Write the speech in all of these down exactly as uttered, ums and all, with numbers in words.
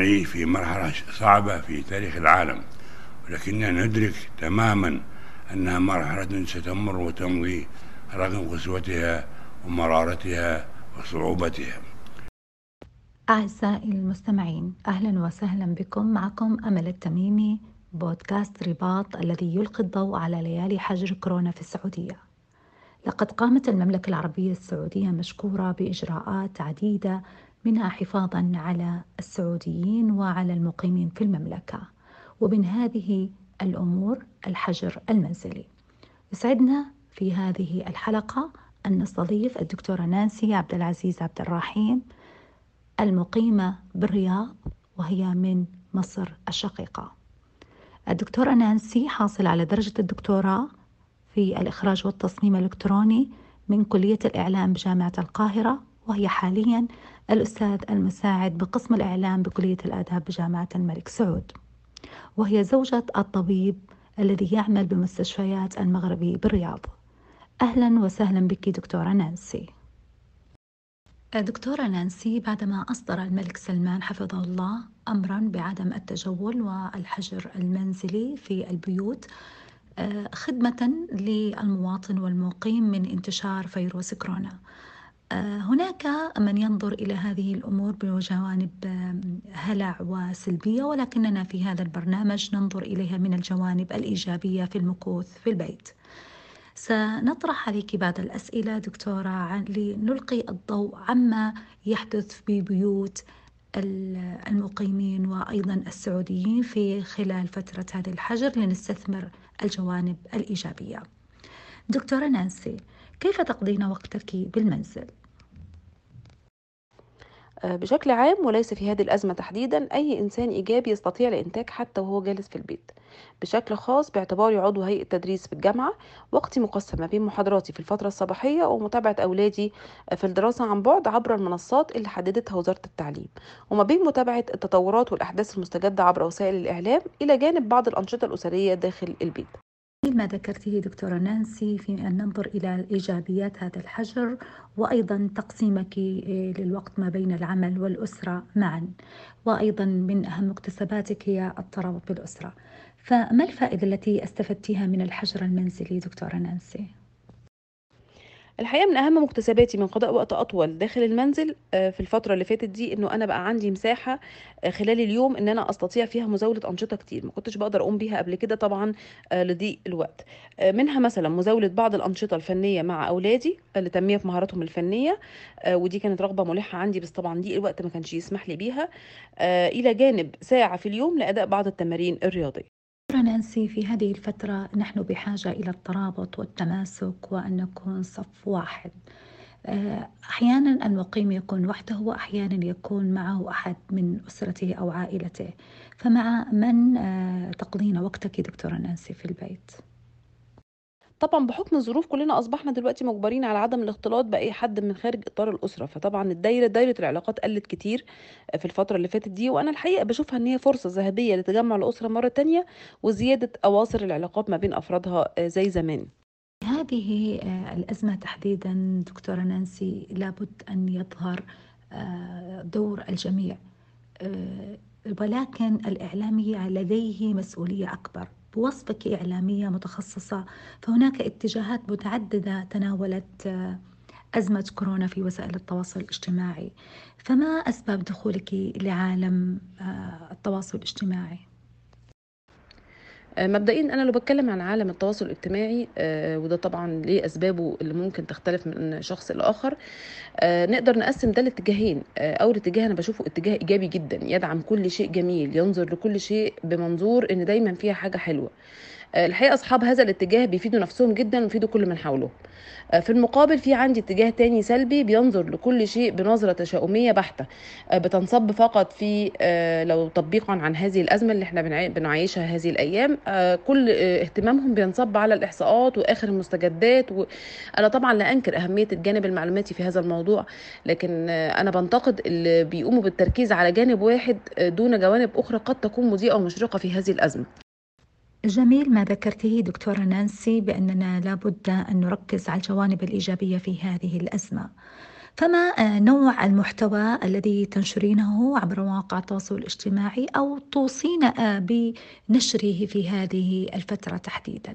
نعيش في مرحلة صعبة في تاريخ العالم، ولكننا ندرك تماما أنها مرحلة ستمر وتمضي رغم قسوتها ومرارتها وصعوبتها. أعزائي المستمعين، أهلا وسهلا بكم. معكم أمل التميمي، بودكاست رباط الذي يلقي الضوء على ليالي حجر كورونا في السعودية. لقد قامت المملكة العربية السعودية مشكورة بإجراءات عديدة، منها حفاظا على السعوديين وعلى المقيمين في المملكة، ومن هذه الأمور الحجر المنزلي. يسعدنا في هذه الحلقة أن نستضيف الدكتورة نانسي عبد العزيز عبد الرحيم، المقيمة بالرياض وهي من مصر الشقيقة. الدكتورة نانسي حاصلة على درجة الدكتوراه في الإخراج والتصميم الإلكتروني من كلية الإعلام بجامعة القاهرة، وهي حاليا الأستاذ المساعد بقسم الإعلام بكلية الآداب بجامعة الملك سعود، وهي زوجة الطبيب الذي يعمل بمستشفيات المغربي بالرياض. أهلا وسهلا بك دكتورة نانسي. دكتورة نانسي، بعدما أصدر الملك سلمان حفظه الله أمرا بعدم التجول والحجر المنزلي في البيوت خدمة للمواطن والمقيم من انتشار فيروس كورونا، هناك من ينظر إلى هذه الأمور بجوانب هلع وسلبية، ولكننا في هذا البرنامج ننظر إليها من الجوانب الإيجابية في المكوث في البيت. سنطرح عليك بعض الأسئلة دكتورة لنلقي الضوء عما يحدث ببيوت المقيمين وأيضا السعوديين في خلال فترة هذا الحجر، لنستثمر الجوانب الإيجابية. دكتورة نانسي، كيف تقضين وقتك بالمنزل؟ بشكل عام وليس في هذه الأزمة تحديدا، أي إنسان إيجابي يستطيع الإنتاج حتى وهو جالس في البيت. بشكل خاص باعتباري عضو هيئة تدريس في الجامعة، وقتي مقسم ما بين محاضراتي في الفترة الصباحية ومتابعة أولادي في الدراسة عن بعد عبر المنصات اللي حددتها وزارة التعليم، وما بين متابعة التطورات والأحداث المستجدة عبر وسائل الإعلام، إلى جانب بعض الأنشطة الأسرية داخل البيت. ما ذكرته دكتورة نانسي في أن ننظر إلى إيجابيات هذا الحجر، وأيضا تقسيمك للوقت ما بين العمل والأسرة معا، وأيضا من أهم مكتسباتك هي الترابط بالأسرة. فما الفائدة التي استفدتيها من الحجر المنزلي دكتورة نانسي؟ الحقيقة من أهم مكتسباتي من قضاء وقت أطول داخل المنزل في الفترة اللي فاتت دي، إنه أنا بقى عندي مساحة خلال اليوم إن أنا أستطيع فيها مزاولة أنشطة كتير ما كنتش بقدر أقوم بيها قبل كده، طبعا لضيق الوقت. منها مثلا مزاولة بعض الأنشطة الفنية مع أولادي لتنمية في مهاراتهم الفنية، ودي كانت رغبة ملحة عندي، بس طبعا ضيق الوقت ما كانش يسمح لي بيها، إلى جانب ساعة في اليوم لأداء بعض التمارين الرياضية. نانسي، في هذه الفترة نحن بحاجة إلى الترابط والتماسك وأن نكون صف واحد. أحيانا المقيم يكون وحده، وأحيانا يكون معه أحد من أسرته أو عائلته، فمع من تقضين وقتك دكتورة نانسي في البيت؟ طبعا بحكم الظروف كلنا اصبحنا دلوقتي مجبرين على عدم الاختلاط باي حد من خارج اطار الاسره، فطبعا الدايره دايره العلاقات قلت كتير في الفتره اللي فاتت دي، وانا الحقيقه بشوفها ان هي فرصه ذهبيه لتجمع الاسره مره تانية وزياده اواصر العلاقات ما بين افرادها زي زمان. هذه الأزمة تحديدا دكتورة نانسي لابد أن يظهر دور الجميع، ولكن الإعلامي لديه مسؤولية أكبر. بوصفك إعلامية متخصصة، فهناك اتجاهات متعددة تناولت أزمة كورونا في وسائل التواصل الاجتماعي، فما أسباب دخولك لعالم التواصل الاجتماعي؟ مبدئيا انا لو بتكلم عن عالم التواصل الاجتماعي، وده طبعا ليه اسبابه اللي ممكن تختلف من شخص لاخر، نقدر نقسم ده لاتجاهين. اول اتجاه انا بشوفه اتجاه ايجابي جدا، يدعم كل شيء جميل، ينظر لكل شيء بمنظور ان دايما فيها حاجه حلوه. الحقيقه اصحاب هذا الاتجاه بيفيدوا نفسهم جدا ويفيدوا كل من حولهم. في المقابل في عندي اتجاه تاني سلبي، بينظر لكل شيء بنظرة تشاؤمية بحتة، بتنصب فقط في لو تطبيقا عن هذه الأزمة اللي احنا بنعيشها هذه الأيام، كل اهتمامهم بينصب على الإحصاءات وآخر المستجدات. وأنا طبعا لا أنكر أهمية الجانب المعلوماتي في هذا الموضوع، لكن أنا بنتقد اللي بيقوموا بالتركيز على جانب واحد دون جوانب أخرى قد تكون مضيئة ومشرقة في هذه الأزمة. جميل ما ذكرته دكتورة نانسي، بأننا لابد أن نركز على الجوانب الإيجابية في هذه الأزمة. فما نوع المحتوى الذي تنشرينه عبر مواقع التواصل الاجتماعي أو توصين بنشره في هذه الفترة تحديدا؟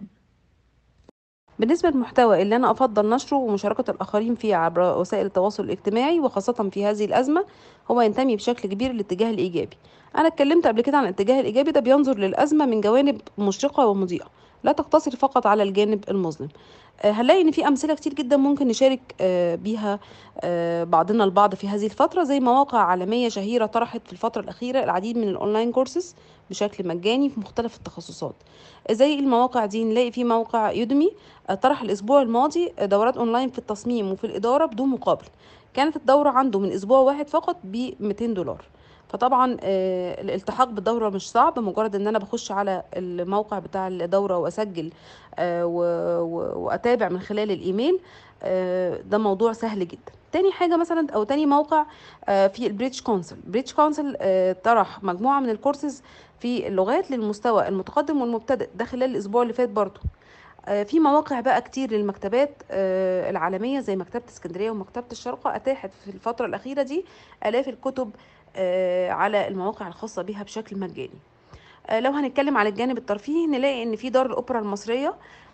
بالنسبة للمحتوى اللي أنا أفضل نشره ومشاركة الآخرين فيه عبر وسائل التواصل الاجتماعي وخاصة في هذه الأزمة هو ينتمي بشكل كبير للاتجاه الإيجابي. أنا اتكلمت قبل كده عن الاتجاه الإيجابي ده بينظر للأزمة من جوانب مشرقة ومضيئة، لا تقتصر فقط على الجانب المظلم. آه، هنلاقي إن في أمثلة كتير جدا ممكن نشارك آه، بيها آه، بعضنا البعض في هذه الفترة، زي مواقع عالمية شهيرة طرحت في الفترة الأخيرة العديد من الأونلاين كورسز بشكل مجاني في مختلف التخصصات. زي المواقع دي نلاقي في موقع يودمي طرح الأسبوع الماضي دورات أونلاين في التصميم وفي الإدارة بدون مقابل. كانت الدورة عنده من أسبوع واحد فقط ب مئتين دولار. فطبعا آه، الالتحاق بالدورة مش صعب، مجرد ان انا بخش على الموقع بتاع الدورة واسجل آه، و- و- واتابع من خلال الايميل. آه، ده موضوع سهل جدا. تاني حاجة مثلا او تاني موقع آه، في البريتش كونسل. بريتش كونسل آه، طرح مجموعة من الكورسز في اللغات للمستوى المتقدم والمبتدئ ده خلال الاسبوع اللي فات برضو. آه، في مواقع بقى كتير للمكتبات آه، العالمية زي مكتبة اسكندرية ومكتبة الشارقة أتاحت في الفترة الأخيرة دي آلاف الكتب آه، على المواقع الخاصة بها بشكل مجاني. آه، لو هنتكلم على الجانب الترفيهي نلاقي ان في دار الاوبرا المصريه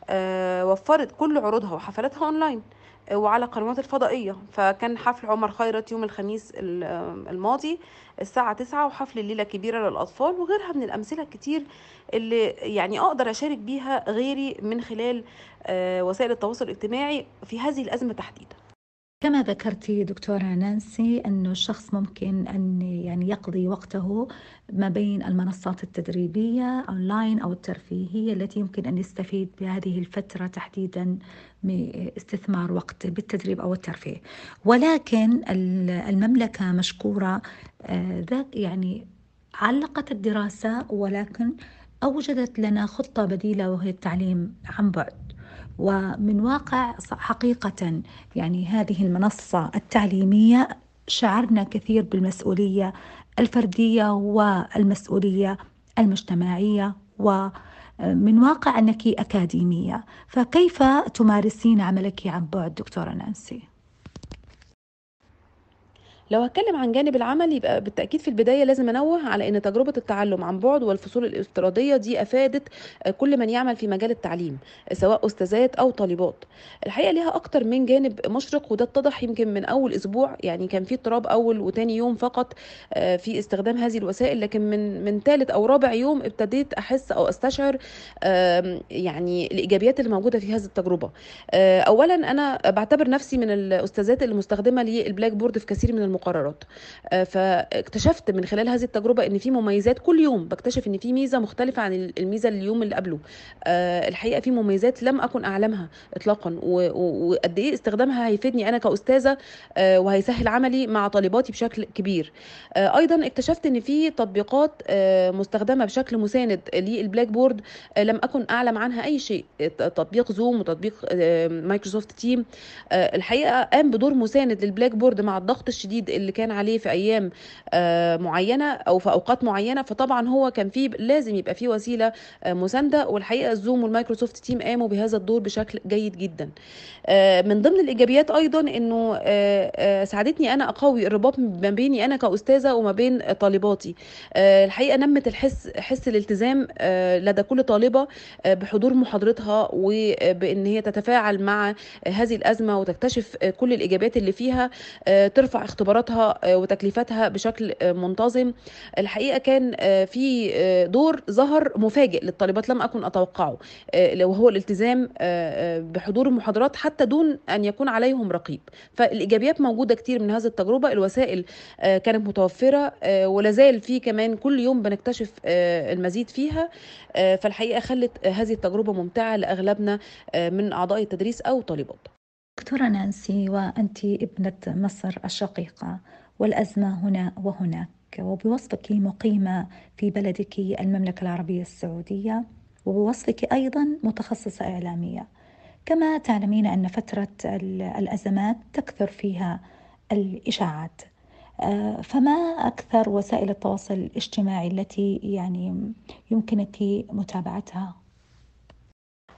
آه، وفرت كل عروضها وحفلاتها اونلاين آه، وعلى قنوات الفضائيه. فكان حفل عمر خيرت يوم الخميس ال- آه، الماضي الساعه تسعة، وحفل الليله كبيره للاطفال، وغيرها من الامثله الكتير اللي يعني اقدر اشارك بيها غيري من خلال آه، وسائل التواصل الاجتماعي في هذه الازمه تحديدا. كما ذكرتِ دكتورة نانسي أنه الشخص ممكن أن يعني يقضي وقته ما بين المنصات التدريبية أونلاين أو الترفيهية التي يمكن أن يستفيد بهذه الفترة تحديدًا من استثمار وقته بالتدريب أو الترفيه، ولكن ال المملكة مشكورة آآ ذات يعني علّقت الدراسة ولكن أوجدت لنا خطة بديلة وهي التعليم عن بُعد. ومن واقع ص- حقيقة يعني هذه المنصة التعليمية شعرنا كثير بالمسؤولية الفردية والمسؤولية المجتمعية ومن واقع أنك أكاديمية، فكيف تمارسين عملك عن بعد دكتورة نانسي؟ لو هتكلم عن جانب العمل يبقى بالتأكيد في البداية لازم أنوه على أن تجربة التعلم عن بعد والفصول الافتراضية دي أفادت كل من يعمل في مجال التعليم سواء أستاذات أو طالبات. الحقيقة ليها أكتر من جانب مشرق، وده اتضح يمكن من أول أسبوع. يعني كان في اضطراب أول وتاني يوم فقط آه، في استخدام هذه الوسائل، لكن من من ثالث أو رابع يوم ابتديت أحس أو أستشعر آم، يعني الإيجابيات اللي موجودة في هذه التجربة. آه، أولا أنا بعتبر نفسي من الأستاذات المستخدمة للبلاك بورد في كثير من المقررات. آه، فاكتشفت من خلال هذه التجربة ان في مميزات، كل يوم بكتشف ان في ميزة مختلفة عن الميزة اليوم اللي قبله. آه، الحقيقة في مميزات لم اكن اعلمها اطلاقا، و- و- وقد ايه استخدامها هيفيدني انا كأستاذة آه، وهيسهل عملي مع طالباتي بشكل كبير. آه، ايضا اكتشفت ان في تطبيقات آه، مستخدمة بشكل مساند للبلاك بورد آه، لم اكن اعلم عنها اي شيء. تطبيق زوم وتطبيق آه، مايكروسوفت تيم آه، الحقيقه قام بدور مساند للبلاك بورد مع الضغط الشديد اللي كان عليه في ايام آه، معينه او في اوقات معينه. فطبعا هو كان فيه لازم يبقى فيه وسيله آه، مسانده، والحقيقه الزوم والمايكروسوفت تيم قاموا بهذا الدور بشكل جيد جدا. آه، من ضمن الايجابيات ايضا انه آه، آه، ساعدتني انا اقوي الرباط ما بيني انا كاستاذه وما بين طالباتي. آه، الحقيقه نمت الحس حس الالتزام آه، لدى كل طالبه آه، بحضور محاضرتها وبان هي تتفاعل مع هذه الازمه وتكتشف آه، كل الايجابيات اللي فيها. آه، ترفع اختباراتها آه، وتكليفاتها بشكل آه، منتظم. الحقيقه كان آه، في آه، دور ظهر مفاجئ للطالبات لم اكن اتوقعه، آه، وهو الالتزام آه، آه، بحضور المحاضرات حتى دون ان يكون عليهم رقيب. فالايجابيات موجوده كتير من هذه التجربه. الوسائل آه، كانت متوفره آه، ولا زال في كمان كل يوم بنكتشف آه، المزيد فيها. آه، فالحقيقه خلت آه، هذه التجربه ممتعه لاغلبنا آه، من اعضاء التدريس او طالبات. دكتورة نانسي، وأنت ابنة مصر الشقيقة والأزمة هنا وهناك، وبوصفك مقيمة في بلدك المملكة العربية السعودية، وبوصفك أيضا متخصصة إعلامية، كما تعلمين أن فترة ال- الأزمات تكثر فيها الإشاعات. آه، فما أكثر وسائل التواصل الاجتماعي التي يعني يمكنك متابعتها؟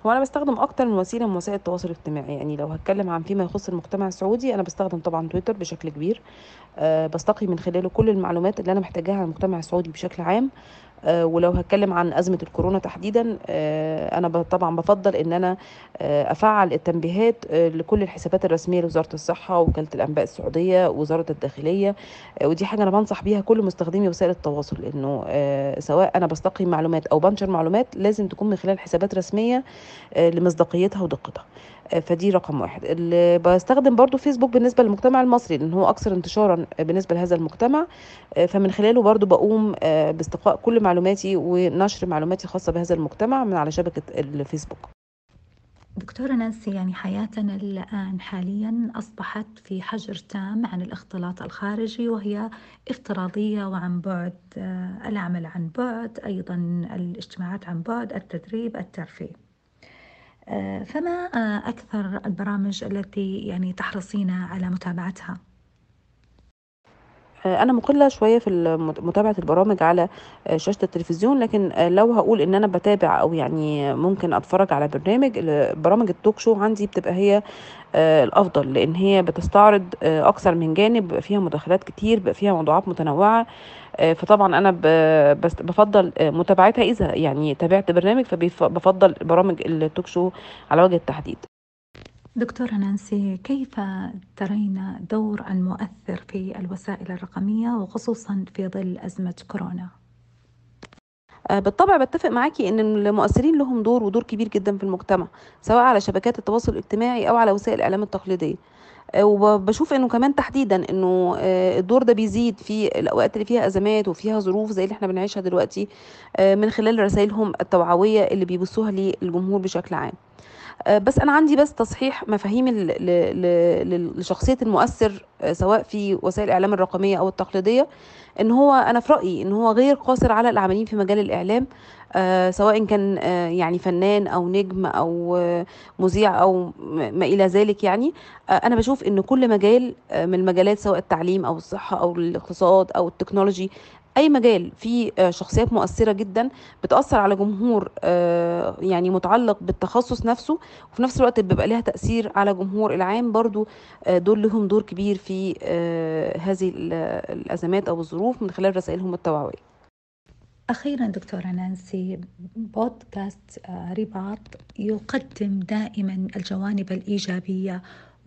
هو انا بستخدم اكتر من وسيله من وسائل التواصل الاجتماعي. يعني لو هتكلم عن فيما يخص المجتمع السعودي، انا بستخدم طبعا تويتر بشكل كبير. أه بستقي من خلاله كل المعلومات اللي انا محتاجاها عن المجتمع السعودي بشكل عام. أه ولو هتكلم عن أزمة الكورونا تحديدا، أه أنا ب- طبعا بفضل إن أنا أه أفعل التنبيهات أه لكل الحسابات الرسمية لوزارة الصحة، وكالة الأنباء السعودية، وزارة الداخلية. أه ودي حاجة أنا بنصح بيها كل مستخدمي وسائل التواصل، إنه أه سواء أنا بستقي معلومات أو بنشر معلومات لازم تكون من خلال حسابات رسمية آه، لمصداقيتها ودقتها. آه، فدي رقم واحد. اللي بستخدم برضو فيسبوك بالنسبة للمجتمع المصري، لأن هو أكثر انتشارا بالنسبة لهذا المجتمع. آه، فمن خلاله برضو بقوم آه، باستقاء كل معلوماتي ونشر معلوماتي خاصة بهذا المجتمع من على شبكة الفيسبوك. دكتورة نانسي، يعني حياتنا الآن حاليا أصبحت في حجر تام عن الاختلاط الخارجي، وهي افتراضية وعن بعد، آه، العمل عن بعد، أيضا الاجتماعات عن بعد، التدريب، الترفيه. آه، فما آه، أكثر البرامج التي يعني تحرصين على متابعتها؟ آه، انا مقله شويه في المت- متابعه البرامج على آه، شاشه التلفزيون، لكن آه، لو هقول ان انا بتابع او يعني ممكن اتفرج على برنامج ال- برامج التوك شو، عندي بتبقى هي آه، الافضل، لان هي بتستعرض آه، اكثر من جانب، بيبقى فيها مداخلات كتير، بيبقى فيها موضوعات متنوعه. آه، فطبعا انا ب- بس- بفضل آه، متابعتها اذا يعني تابعت برنامج، فبفضل برامج التوك شو على وجه التحديد. دكتورة نانسي، كيف ترين دور المؤثر في الوسائل الرقمية وخصوصا في ظل أزمة كورونا؟ آه، بالطبع بتفق معاكي ان المؤثرين لهم دور ودور كبير جدا في المجتمع، سواء على شبكات التواصل الاجتماعي او على وسائل الاعلام التقليديه. آه، وبشوف انه كمان تحديدا انه آه، الدور ده بيزيد في الاوقات اللي فيها ازمات وفيها ظروف زي اللي احنا بنعيشها دلوقتي، آه، من خلال رسائلهم التوعويه اللي بيبثوها للجمهور بشكل عام. آه، بس انا عندي بس تصحيح مفاهيم ال- ل- ل- ل- لشخصيه المؤثر، آه، سواء في وسائل الاعلام الرقميه او التقليديه. ان هو انا في رايي ان هو غير قاصر على العاملين في مجال الاعلام، آه، سواء كان آه، يعني فنان او نجم او آه، مذيع او م- ما الى ذلك. يعني آه، انا بشوف ان كل مجال آه، من المجالات، سواء التعليم او الصحه او الاقتصاد او التكنولوجي، اي مجال فيه آه، شخصيات مؤثره جدا بتاثر على جمهور آه، يعني متعلق بالتخصص نفسه، وفي نفس الوقت بيبقى ليها تأثير على جمهور العام برضو. آه، دول لهم دور كبير في آه، هذه ال- الأزمات أو الظروف من خلال رسائلهم التوعوية. أخيرا دكتورة نانسي، بودكاست آه، رباط يقدم دائما الجوانب الإيجابية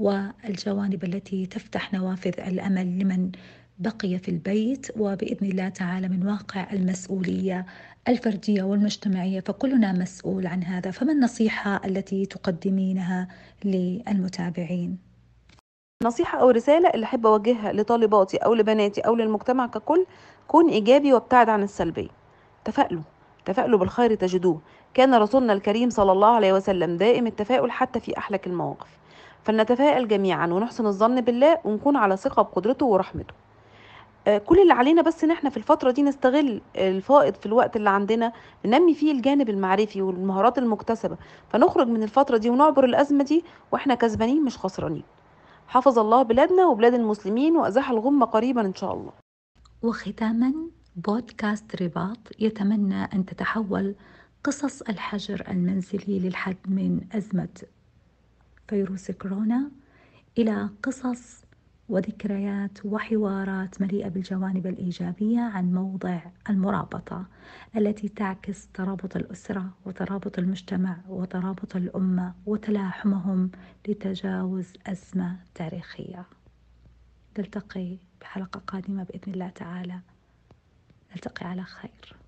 والجوانب التي تفتح نوافذ الأمل لمن بقي في البيت، وبإذن الله تعالى من واقع المسؤولية الفردية والمجتمعية فكلنا مسؤول عن هذا. فما النصيحة التي تقدمينها للمتابعين؟ نصيحة أو رسالة اللي أحب أوجهها لطالباتي أو لبناتي أو للمجتمع ككل: كون إيجابي وابتعد عن السلبية. تفائلوا، تفائلوا بالخير تجدوه. كان رسولنا الكريم صلى الله عليه وسلم دائم التفاؤل حتى في أحلك المواقف. فلنتفائل جميعا ونحسن الظن بالله ونكون على ثقة بقدرته ورحمته. آه، كل اللي علينا بس ان احنا في الفترة دي نستغل الفائض في الوقت اللي عندنا، ننمي فيه الجانب المعرفي والمهارات المكتسبة، فنخرج من الفترة دي ونعبر الأزمة دي واحنا كسبانين مش خسرانين. حفظ الله بلادنا وبلاد المسلمين وأزاح الغمة قريبا إن شاء الله. وختاما، بودكاست رباط يتمنى أن تتحول قصص الحجر المنزلي للحد من أزمة فيروس كورونا إلى قصص وذكريات وحوارات مليئة بالجوانب الإيجابية عن موضع المرابطة التي تعكس ترابط الأسرة وترابط المجتمع وترابط الأمة وتلاحمهم لتجاوز أزمة تاريخية. نلتقي بحلقة قادمة بإذن الله تعالى. نلتقي على خير.